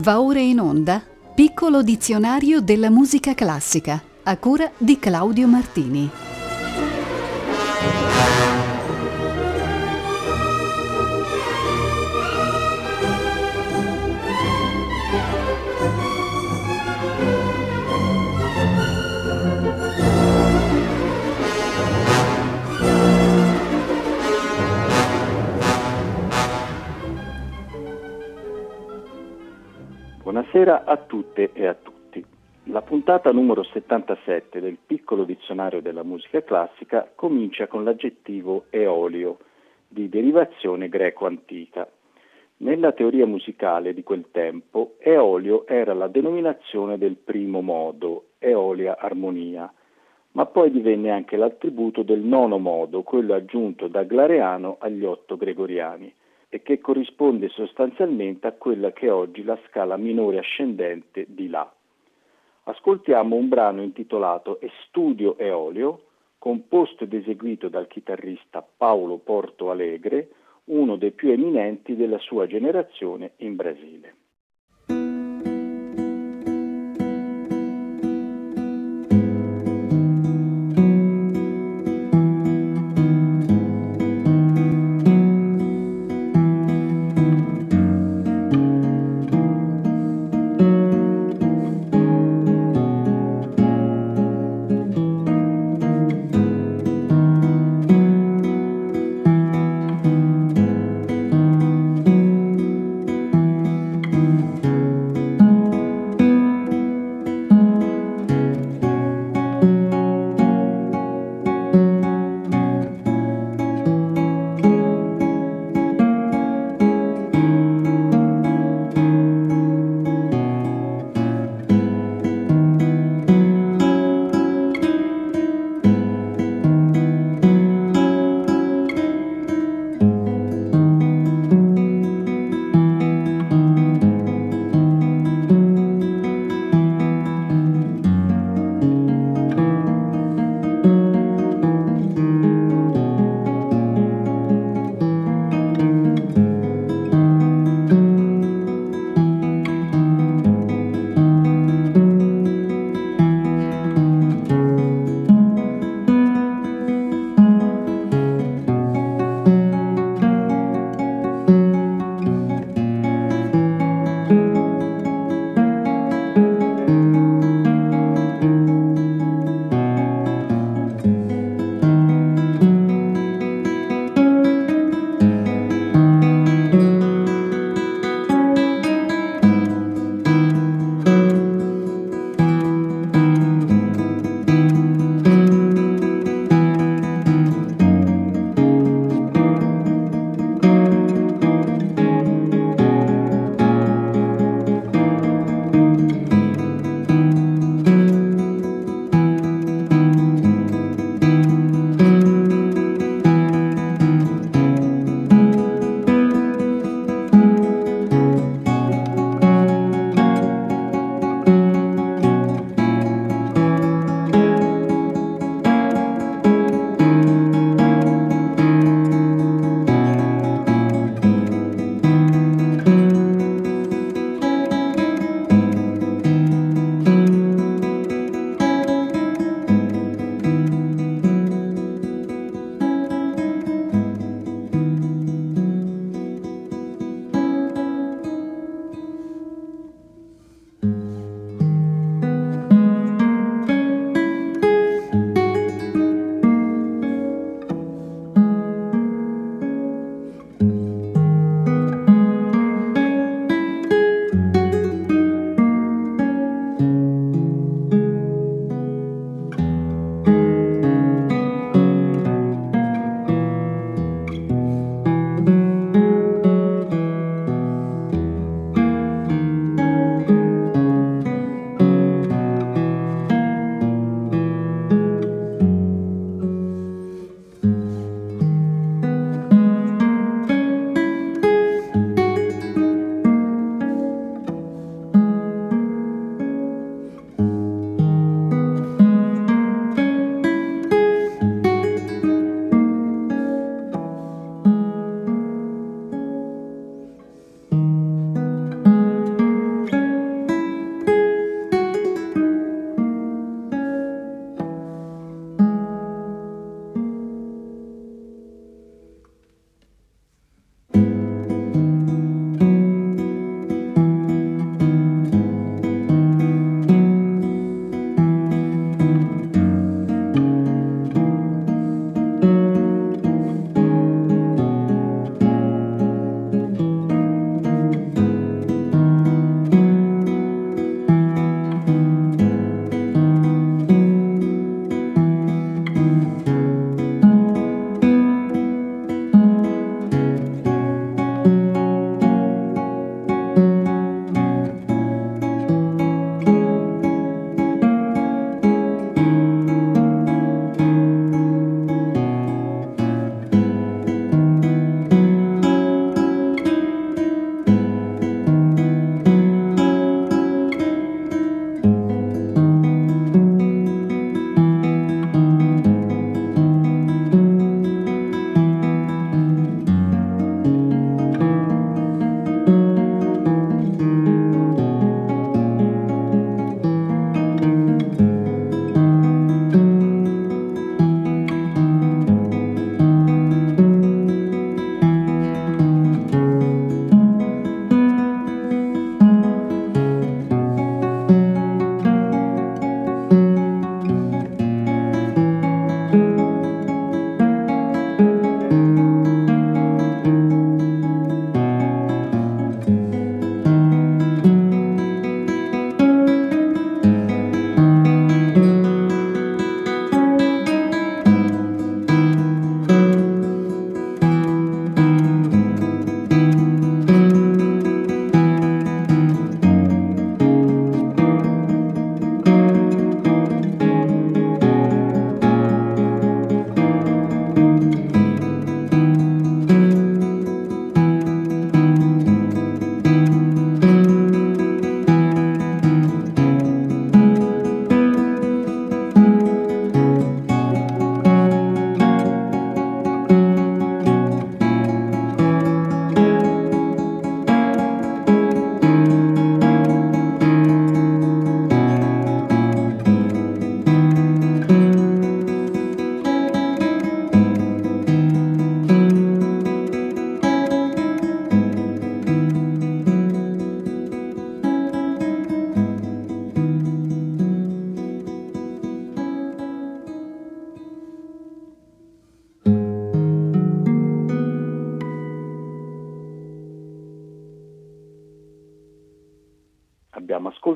Va ora in onda Piccolo dizionario della musica classica, a cura di Claudio Martini. Buonasera a tutte e a tutti. La puntata numero 77 del Piccolo dizionario della musica classica comincia con l'aggettivo eolio, di derivazione greco-antica. Nella teoria musicale di quel tempo, eolio era la denominazione del primo modo, eolia armonia, ma poi divenne anche l'attributo del nono modo, quello aggiunto da Glareano agli 8 gregoriani, e che corrisponde sostanzialmente a quella che è oggi la scala minore ascendente di La. Ascoltiamo un brano intitolato Estudio Eolio, composto ed eseguito dal chitarrista Paulo Porto Alegre, uno dei più eminenti della sua generazione in Brasile.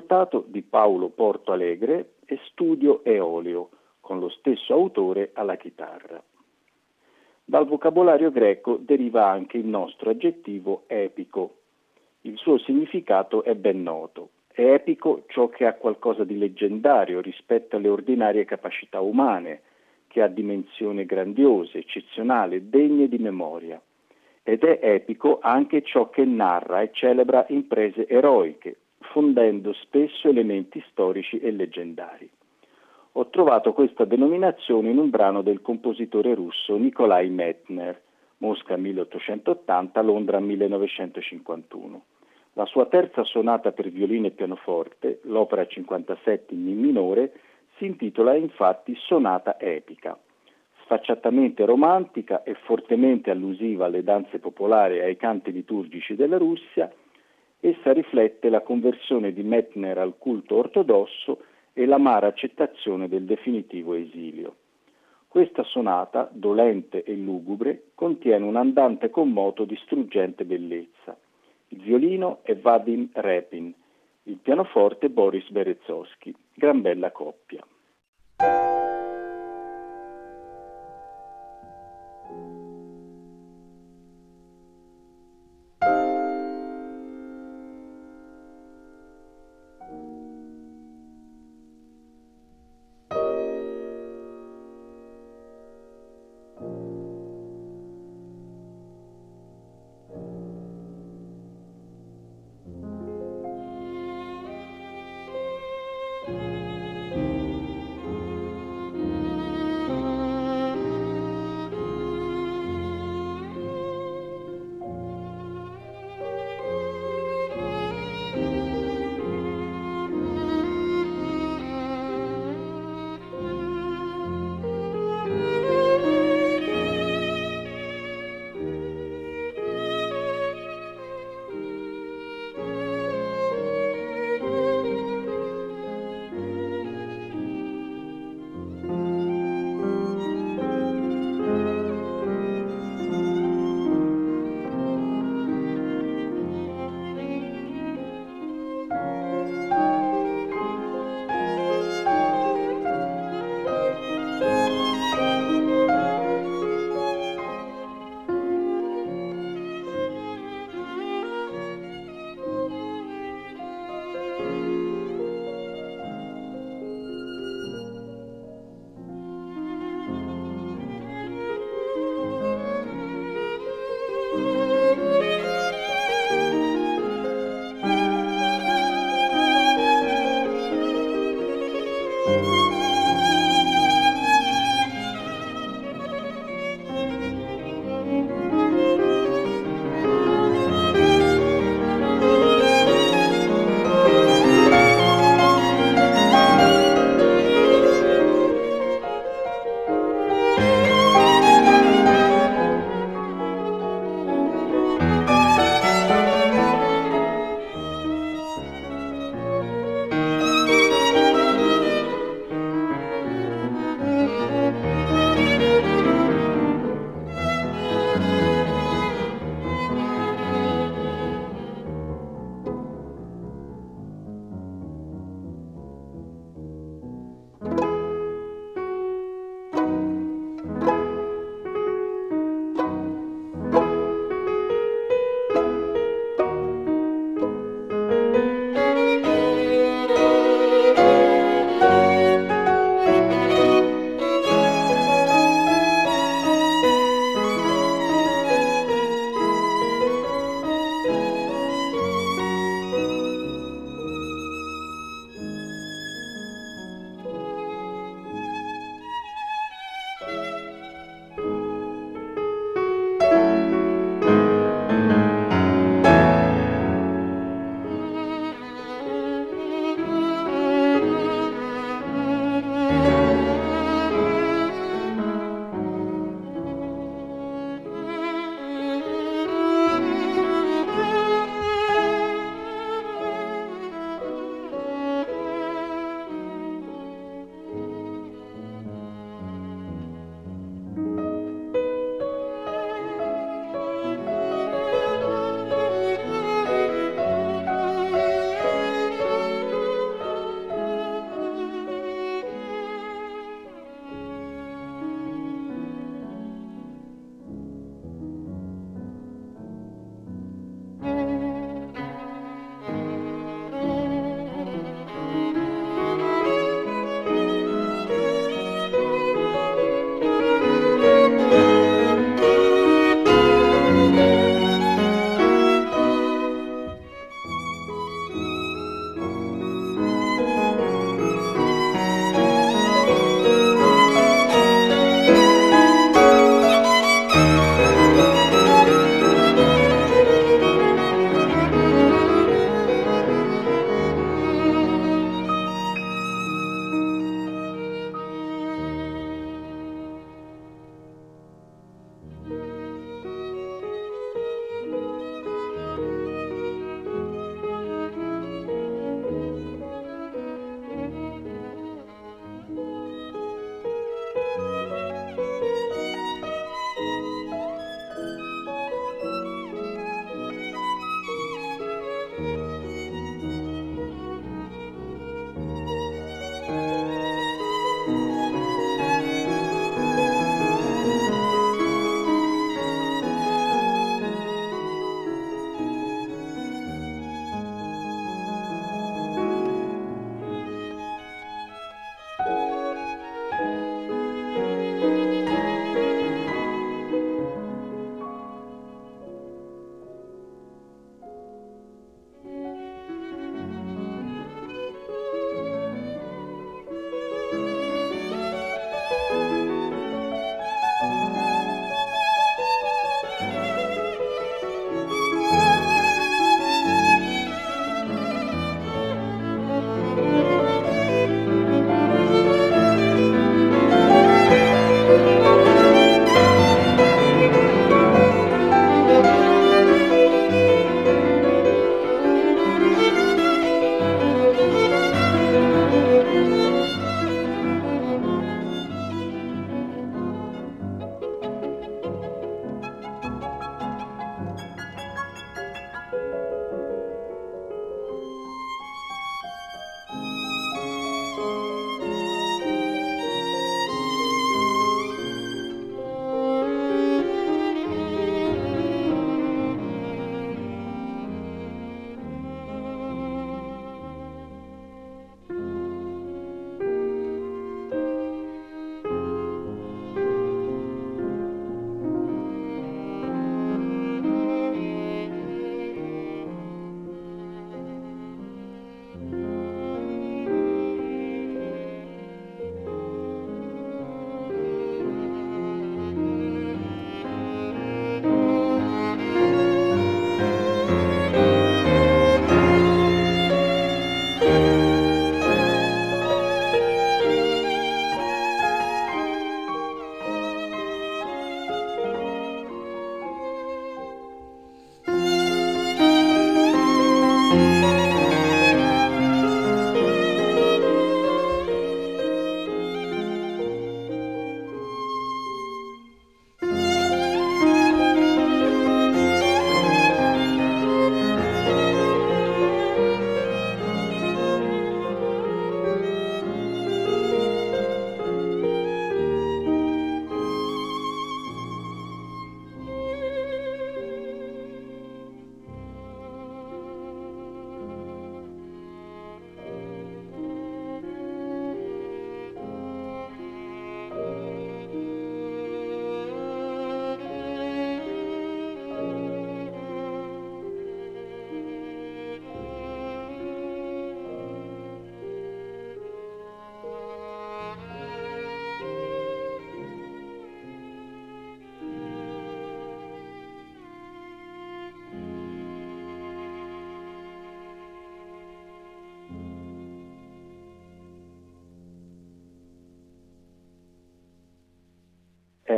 cantato di Paolo Porto Alegre e Studio Eolio, con lo stesso autore alla chitarra. Dal vocabolario greco deriva anche il nostro aggettivo epico. Il suo significato è ben noto. È epico ciò che ha qualcosa di leggendario rispetto alle ordinarie capacità umane, che ha dimensioni grandiose, eccezionali, degne di memoria. Ed è epico anche ciò che narra e celebra imprese eroiche, fondendo spesso elementi storici e leggendari. Ho trovato questa denominazione in un brano del compositore russo Nikolai Medtner, Mosca 1880, Londra 1951. La sua terza sonata per violino e pianoforte, l'opera 57 in Mi minore, si intitola infatti Sonata epica. Sfacciatamente romantica e fortemente allusiva alle danze popolari e ai canti liturgici della Russia, essa riflette la conversione di Medtner al culto ortodosso e l'amara accettazione del definitivo esilio. Questa sonata, dolente e lugubre, contiene un andante con moto di struggente bellezza. Il violino è Vadim Repin, il pianoforte Boris Berezovsky, gran bella coppia.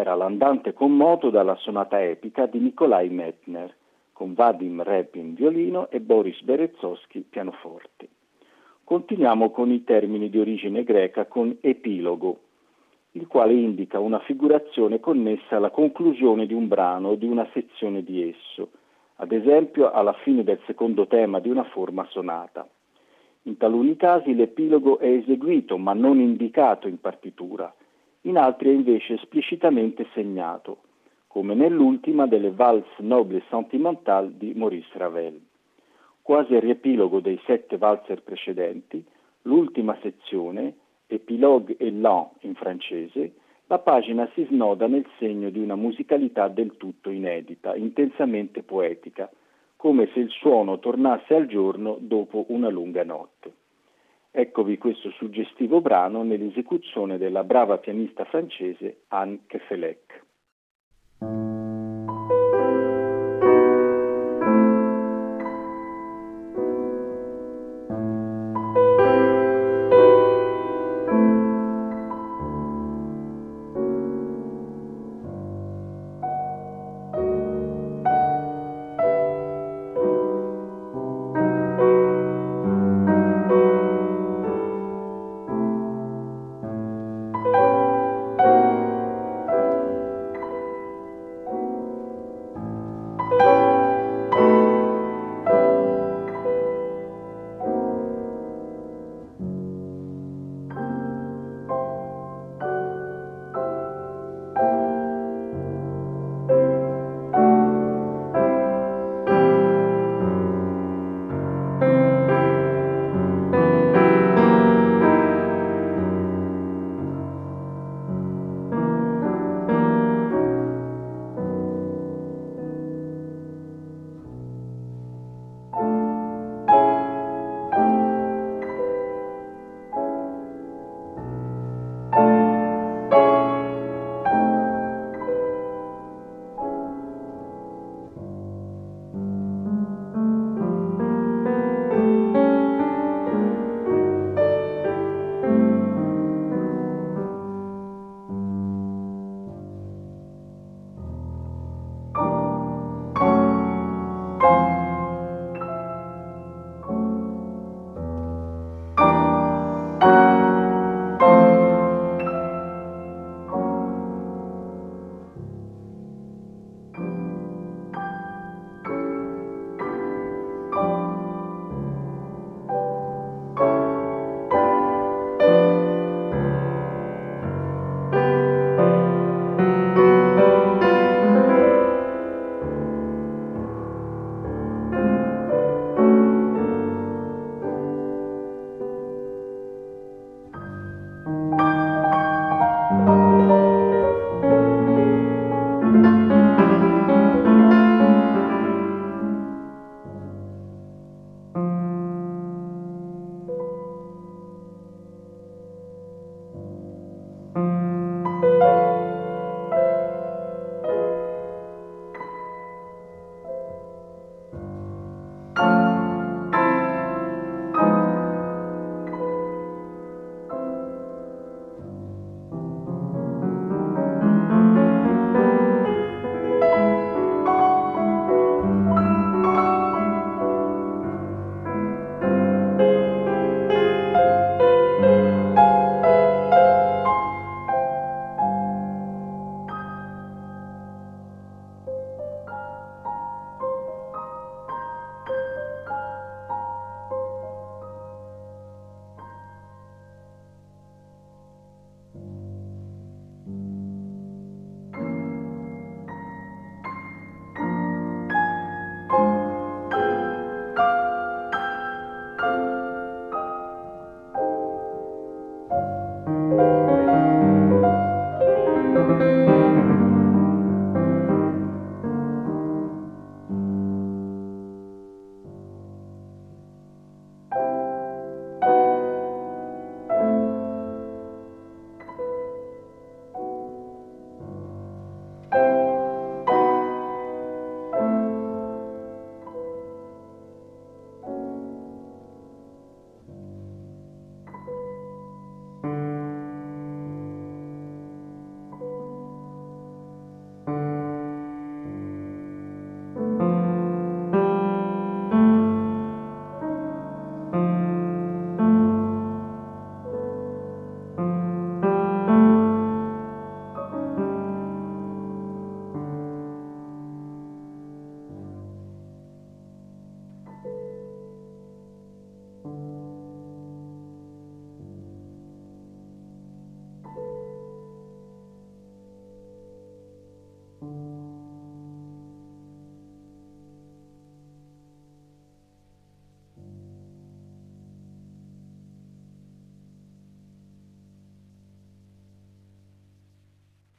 era l'andante con moto dalla sonata epica di Nikolai Medtner, con Vadim Repin violino e Boris Berezovsky pianoforte. Continuiamo con i termini di origine greca con epilogo, il quale indica una figurazione connessa alla conclusione di un brano o di una sezione di esso, ad esempio alla fine del secondo tema di una forma sonata. In taluni casi l'epilogo è eseguito ma non indicato in partitura, in altri è invece esplicitamente segnato, come nell'ultima delle Valses Nobles Sentimentales di Maurice Ravel. Quasi al riepilogo dei 7 valzer precedenti, l'ultima sezione, Epilogue et lent in francese, la pagina si snoda nel segno di una musicalità del tutto inedita, intensamente poetica, come se il suono tornasse al giorno dopo una lunga notte. Eccovi questo suggestivo brano nell'esecuzione della brava pianista francese Anne Kefelec.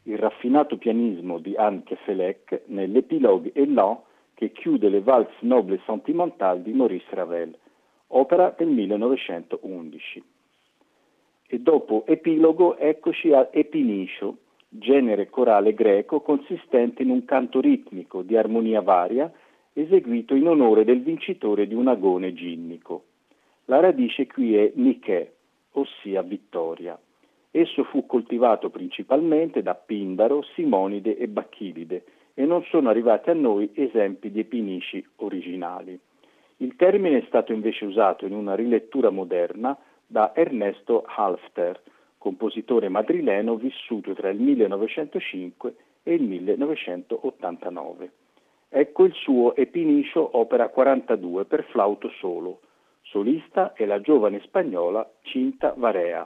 il raffinato pianismo di Anne Kefelec nell'Epilogue et Lent che chiude le Valses nobles et sentimentales di Maurice Ravel, opera del 1911. E dopo Epilogo eccoci a Epinicio, genere corale greco consistente in un canto ritmico di armonia varia eseguito in onore del vincitore di un agone ginnico. La radice qui è Nike, ossia vittoria. Esso fu coltivato principalmente da Pindaro, Simonide e Bacchilide e non sono arrivati a noi esempi di epinici originali. Il termine è stato invece usato in una rilettura moderna da Ernesto Halfter, compositore madrileno vissuto tra il 1905 e il 1989. Ecco il suo Epinicio opera 42 per flauto solo. Solista è la giovane spagnola Cinta Varea.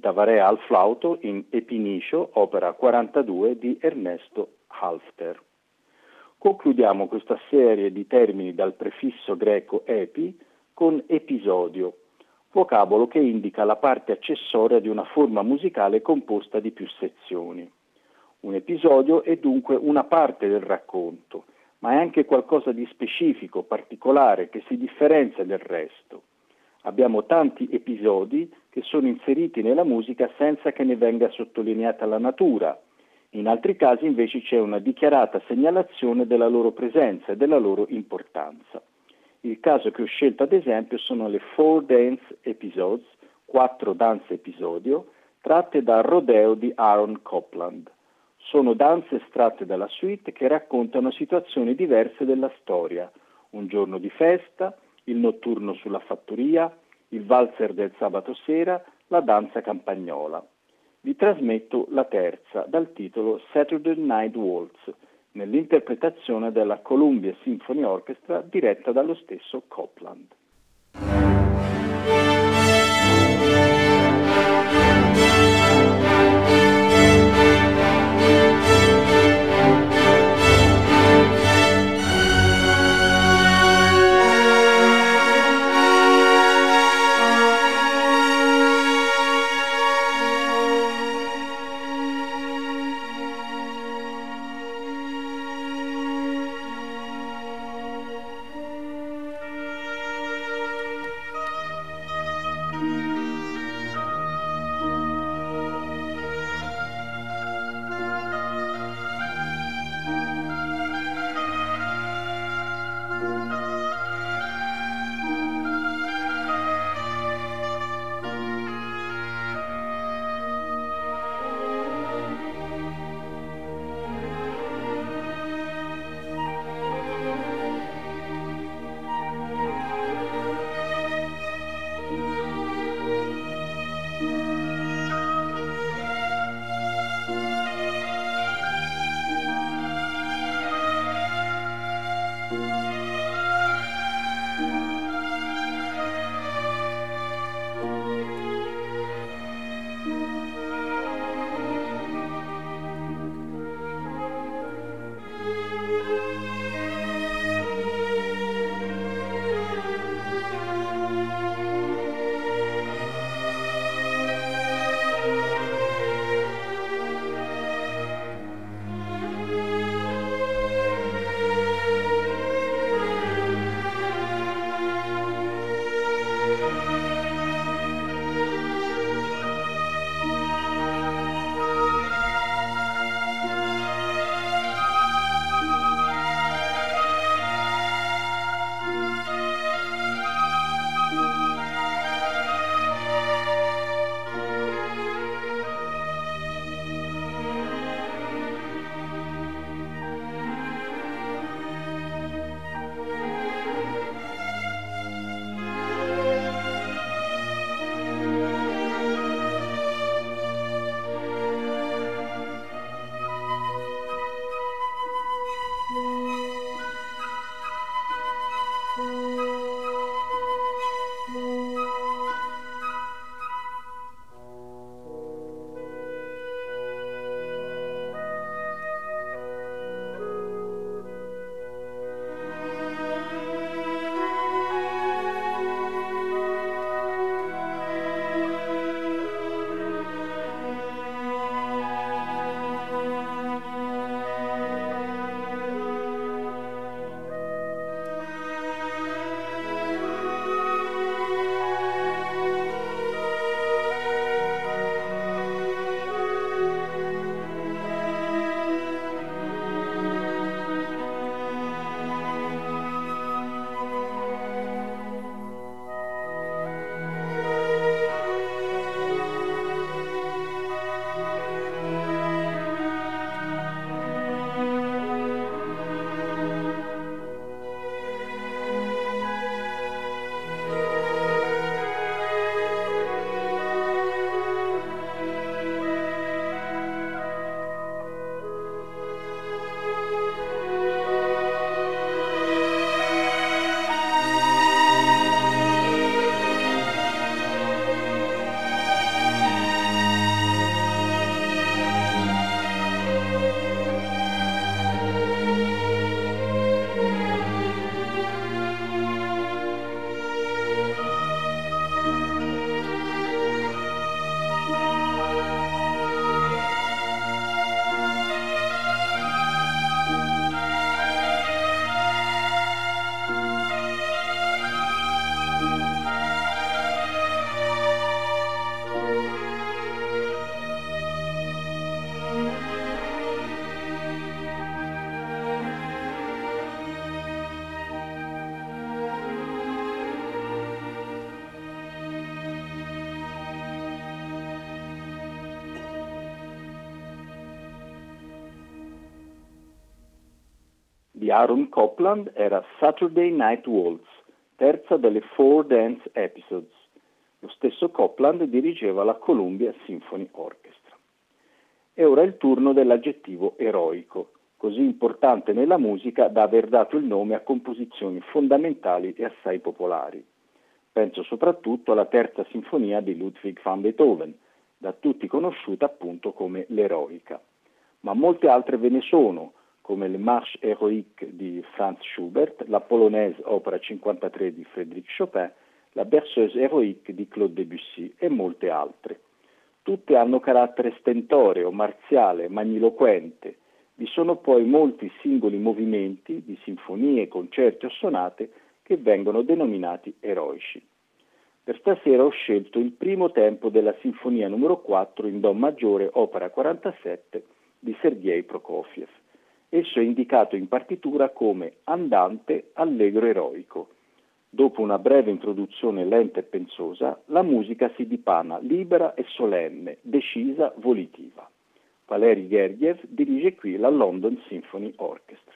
Vita Varea al flauto in Epinicio, opera 42 di Ernesto Halfter. Concludiamo questa serie di termini dal prefisso greco epi con episodio, vocabolo che indica la parte accessoria di una forma musicale composta di più sezioni. Un episodio è dunque una parte del racconto, ma è anche qualcosa di specifico, particolare, che si differenzia del resto. Abbiamo tanti episodi che sono inseriti nella musica senza che ne venga sottolineata la natura. In altri casi invece c'è una dichiarata segnalazione della loro presenza e della loro importanza. Il caso che ho scelto ad esempio sono le 4 Dance Episodes, 4 danze episodio, tratte dal Rodeo di Aaron Copland. Sono danze estratte dalla suite che raccontano situazioni diverse della storia, un giorno di festa, il notturno sulla fattoria, il valzer del sabato sera, la danza campagnola. Vi trasmetto la terza, dal titolo Saturday Night Waltz, nell'interpretazione della Columbia Symphony Orchestra diretta dallo stesso Copland. Aaron Copland era Saturday Night Waltz, terza delle 4 Dance Episodes. Lo stesso Copland dirigeva la Columbia Symphony Orchestra. E ora è il turno dell'aggettivo eroico, così importante nella musica da aver dato il nome a composizioni fondamentali e assai popolari. Penso soprattutto alla terza sinfonia di Ludwig van Beethoven, da tutti conosciuta appunto come l'eroica. Ma molte altre ve ne sono, come le Marche héroïque di Franz Schubert, la Polonaise opera 53 di Frédéric Chopin, la Berceuse héroïque di Claude Debussy e molte altre. Tutte hanno carattere stentoreo, marziale, magniloquente. Vi sono poi molti singoli movimenti di sinfonie, concerti o sonate che vengono denominati eroici. Per stasera ho scelto il primo tempo della sinfonia numero 4 in Do maggiore, opera 47 di Sergei Prokofiev. Esso è indicato in partitura come andante allegro eroico. Dopo una breve introduzione lenta e pensosa, la musica si dipana libera e solenne, decisa, volitiva. Valery Gergiev dirige qui la London Symphony Orchestra.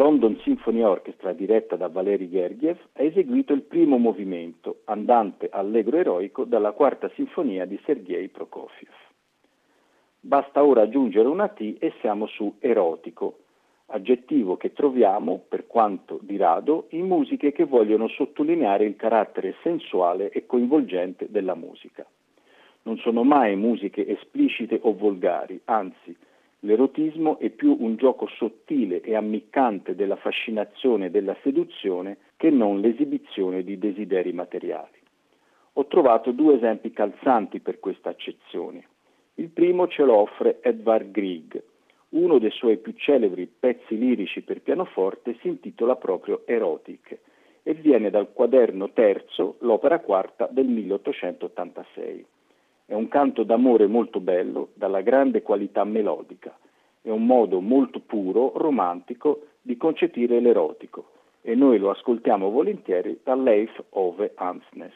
London Symphony Orchestra, diretta da Valery Gergiev, ha eseguito il primo movimento, andante allegro eroico, dalla quarta sinfonia di Sergei Prokofiev. Basta ora aggiungere una T e siamo su erotico, aggettivo che troviamo, per quanto di rado, in musiche che vogliono sottolineare il carattere sensuale e coinvolgente della musica. Non sono mai musiche esplicite o volgari, anzi, l'erotismo è più un gioco sottile e ammiccante della fascinazione e della seduzione che non l'esibizione di desideri materiali. Ho trovato due esempi calzanti per questa accezione. Il primo ce lo offre Edvard Grieg. Uno dei suoi più celebri pezzi lirici per pianoforte si intitola proprio Erotic e viene dal quaderno terzo, l'opera quarta del 1886. È un canto d'amore molto bello, dalla grande qualità melodica. È un modo molto puro, romantico, di concepire l'erotico e noi lo ascoltiamo volentieri da Leif Ove Andsnes.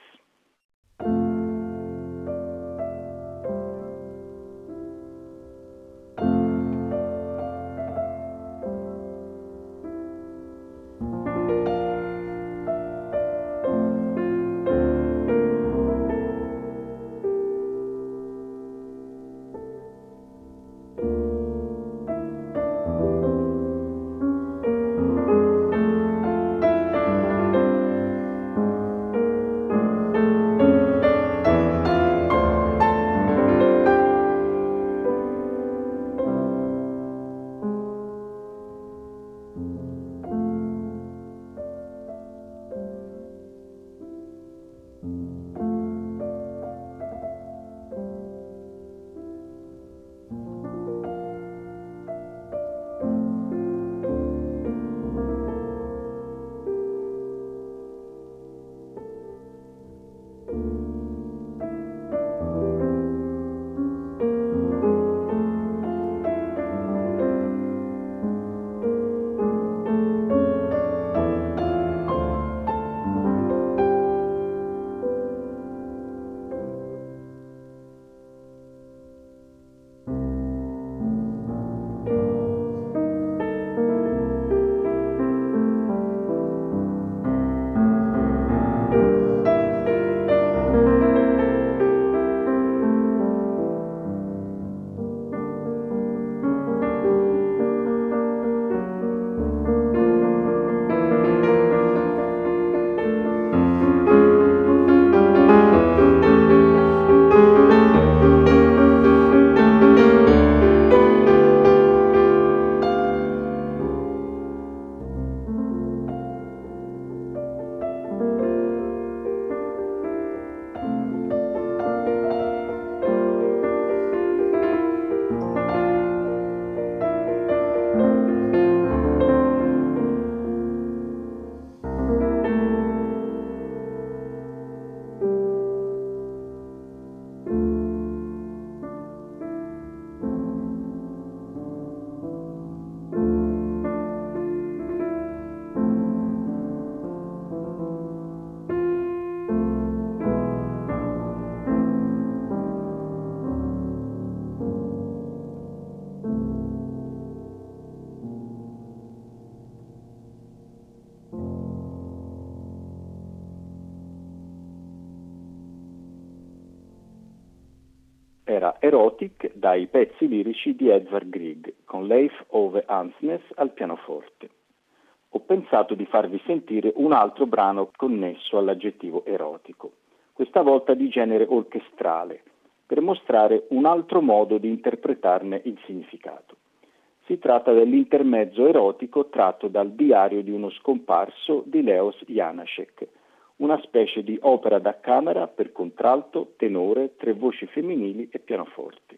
Era Erotic dai pezzi lirici di Edvard Grieg, con Leif Ove Andsnes al pianoforte. Ho pensato di farvi sentire un altro brano connesso all'aggettivo erotico, questa volta di genere orchestrale, per mostrare un altro modo di interpretarne il significato. Si tratta dell'intermezzo erotico tratto dal diario di uno scomparso di Leos Janáček, una specie di opera da camera per contralto, tenore, 3 voci femminili e pianoforte.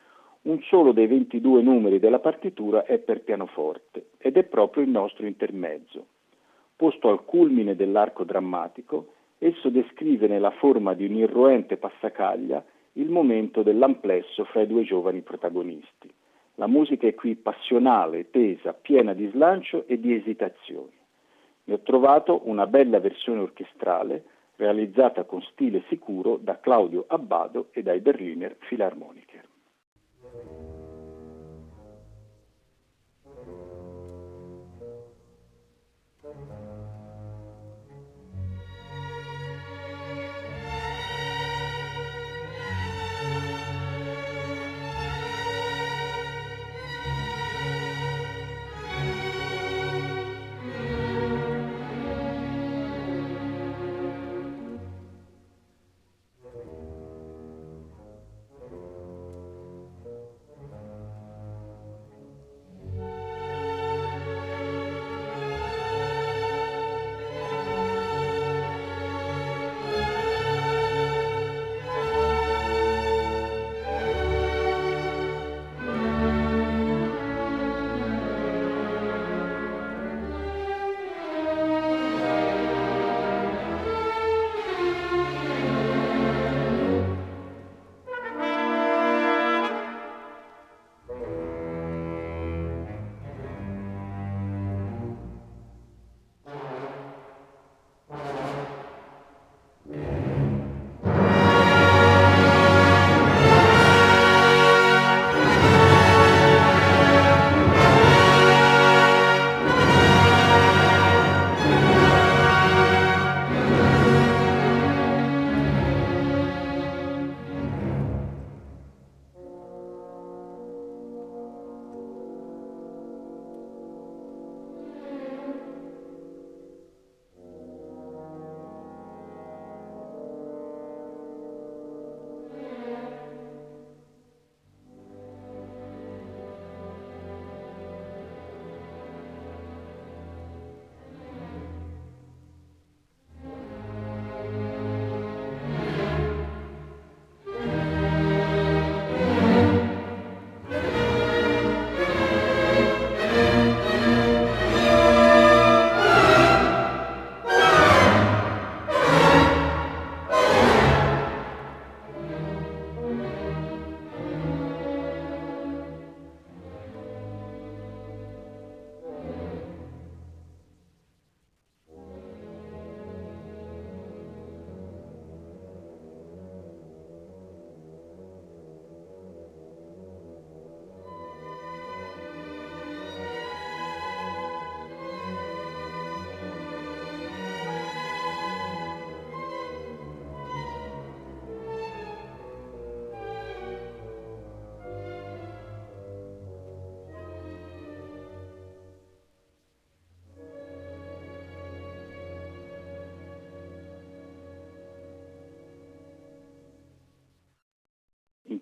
Un solo dei 22 numeri della partitura è per pianoforte ed è proprio il nostro intermezzo. Posto al culmine dell'arco drammatico, esso descrive nella forma di un irroente passacaglia il momento dell'amplesso fra i 2 giovani protagonisti. La musica è qui passionale, tesa, piena di slancio e di esitazioni. Ne ho trovato una bella versione orchestrale realizzata con stile sicuro da Claudio Abbado e dai Berliner Philharmoniker.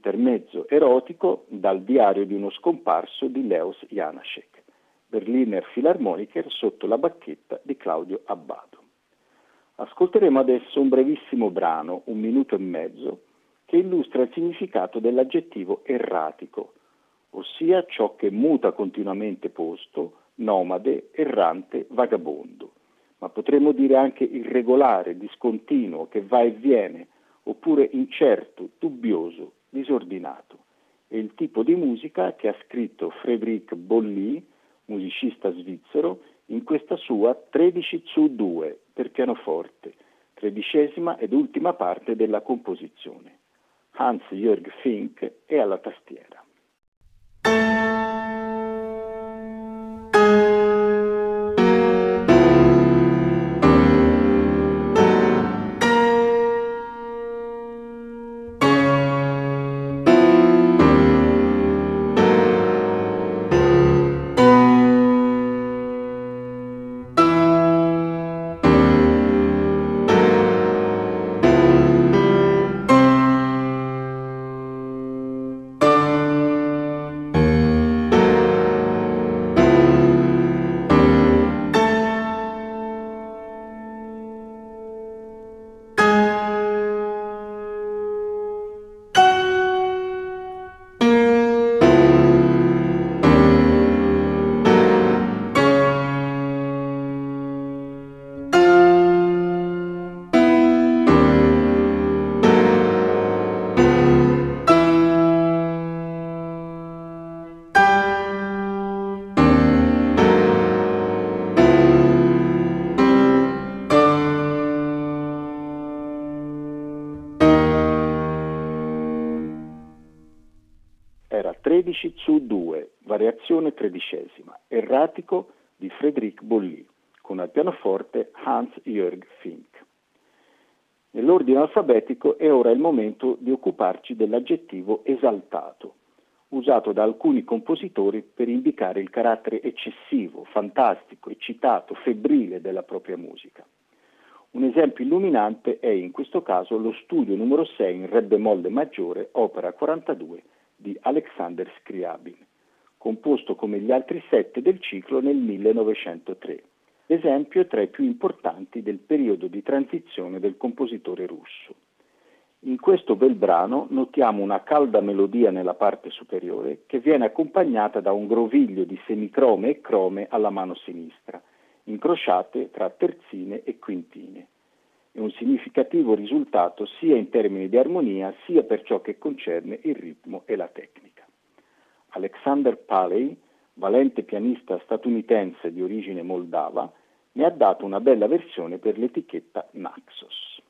intermezzo erotico dal diario di uno scomparso di Leos Janáček, Berliner Philharmoniker sotto la bacchetta di Claudio Abbado. Ascolteremo adesso un brevissimo brano, 1 minuto e mezzo, che illustra il significato dell'aggettivo erratico, ossia ciò che muta continuamente posto, nomade, errante, vagabondo, ma potremmo dire anche irregolare, discontinuo, che va e viene, oppure incerto, dubbioso, disordinato. È il tipo di musica che ha scritto Frédéric Boully, musicista svizzero, in questa sua 13 su 2 per pianoforte, 13ª ed ultima parte della composizione. Hans-Jörg Fink è alla tastiera. Era 13 su 2, variazione 13ª, erratico di Frédéric Boully, con al pianoforte Hans-Jörg Fink. Nell'ordine alfabetico è ora il momento di occuparci dell'aggettivo esaltato, usato da alcuni compositori per indicare il carattere eccessivo, fantastico, eccitato, febbrile della propria musica. Un esempio illuminante è in questo caso lo studio numero 6 in re bemolle maggiore, opera 42, di Alexander Scriabin, composto come gli altri 7 del ciclo nel 1903. L'esempio è tra i più importanti del periodo di transizione del compositore russo. In questo bel brano notiamo una calda melodia nella parte superiore che viene accompagnata da un groviglio di semicrome e crome alla mano sinistra, incrociate tra terzine e quintine. È un significativo risultato sia in termini di armonia sia per ciò che concerne il ritmo e la tecnica. Alexander Paley, valente pianista statunitense di origine moldava, ne ha dato una bella versione per l'etichetta Naxos.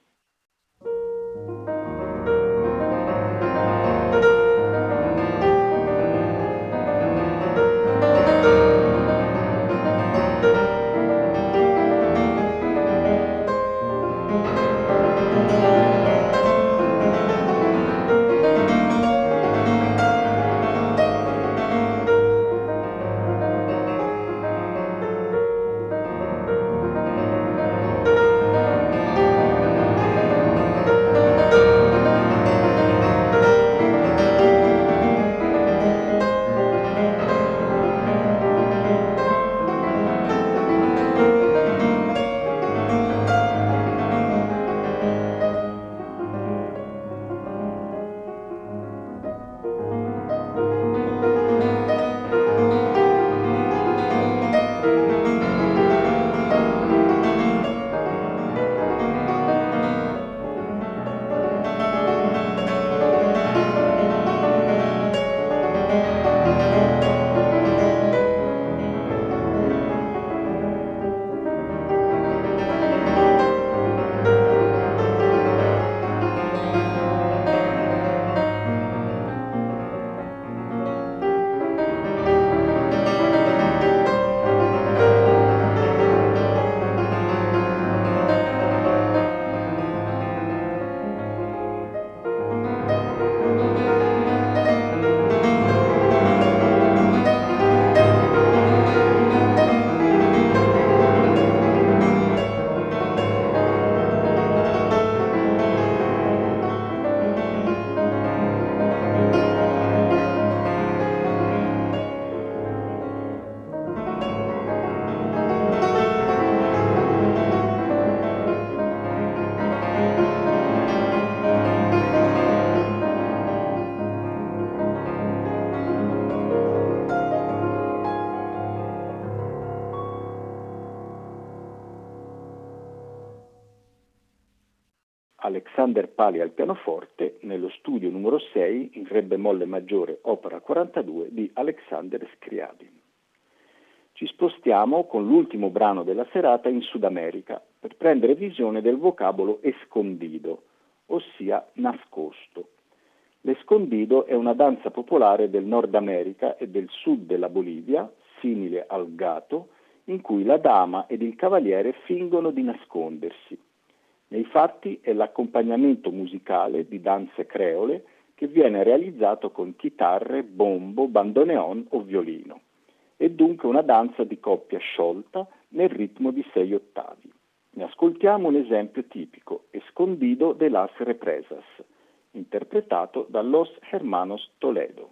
Alexander Pali al pianoforte nello studio numero 6 in re bemolle maggiore opera 42 di Alexander Scriabin. Ci spostiamo con l'ultimo brano della serata in Sud America per prendere visione del vocabolo escondido, ossia nascosto. L'escondido è una danza popolare del Nord America e del sud della Bolivia, simile al gato, in cui la dama ed il cavaliere fingono di nascondersi. Nei fatti è l'accompagnamento musicale di danze creole che viene realizzato con chitarre, bombo, bandoneon o violino. È dunque una danza di coppia sciolta nel ritmo di 6 ottavi. Ne ascoltiamo un esempio tipico, Escondido de las Represas, interpretato da Los Hermanos Toledo.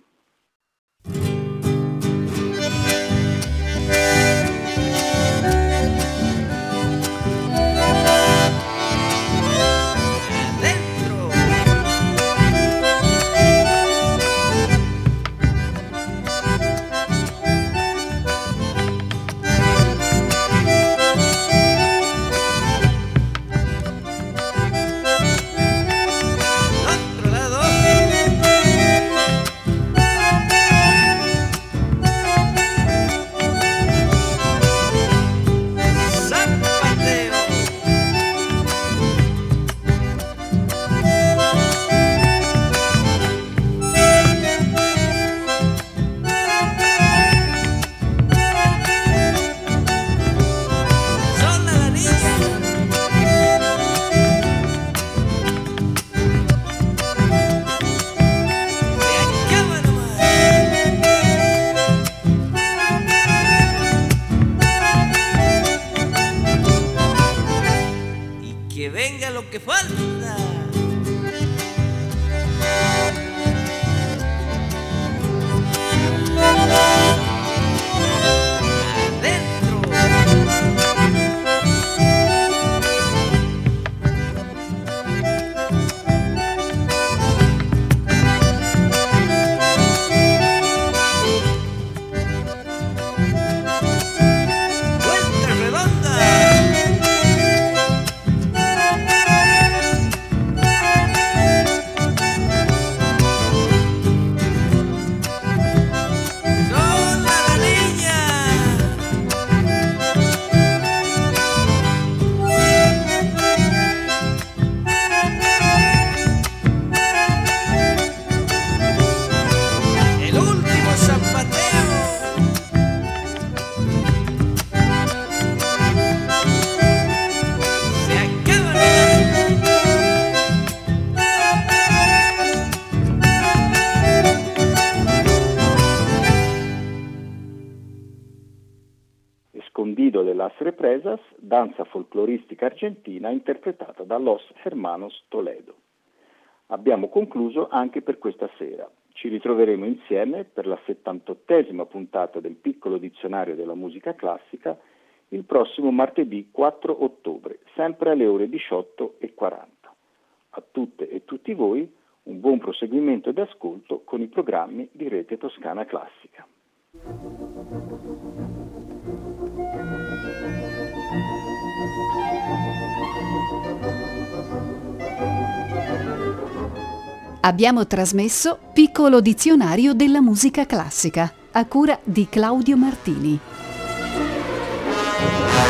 Escondido de las Represas, danza folcloristica argentina interpretata da Los Hermanos Toledo. Abbiamo concluso anche per questa sera. Ci ritroveremo insieme per la 78esima puntata del piccolo dizionario della musica classica il prossimo martedì 4 ottobre, sempre alle ore 18:40. A tutte e tutti voi un buon proseguimento ed ascolto con i programmi di Rete Toscana Classica. Abbiamo trasmesso Piccolo dizionario della musica classica, a cura di Claudio Martini.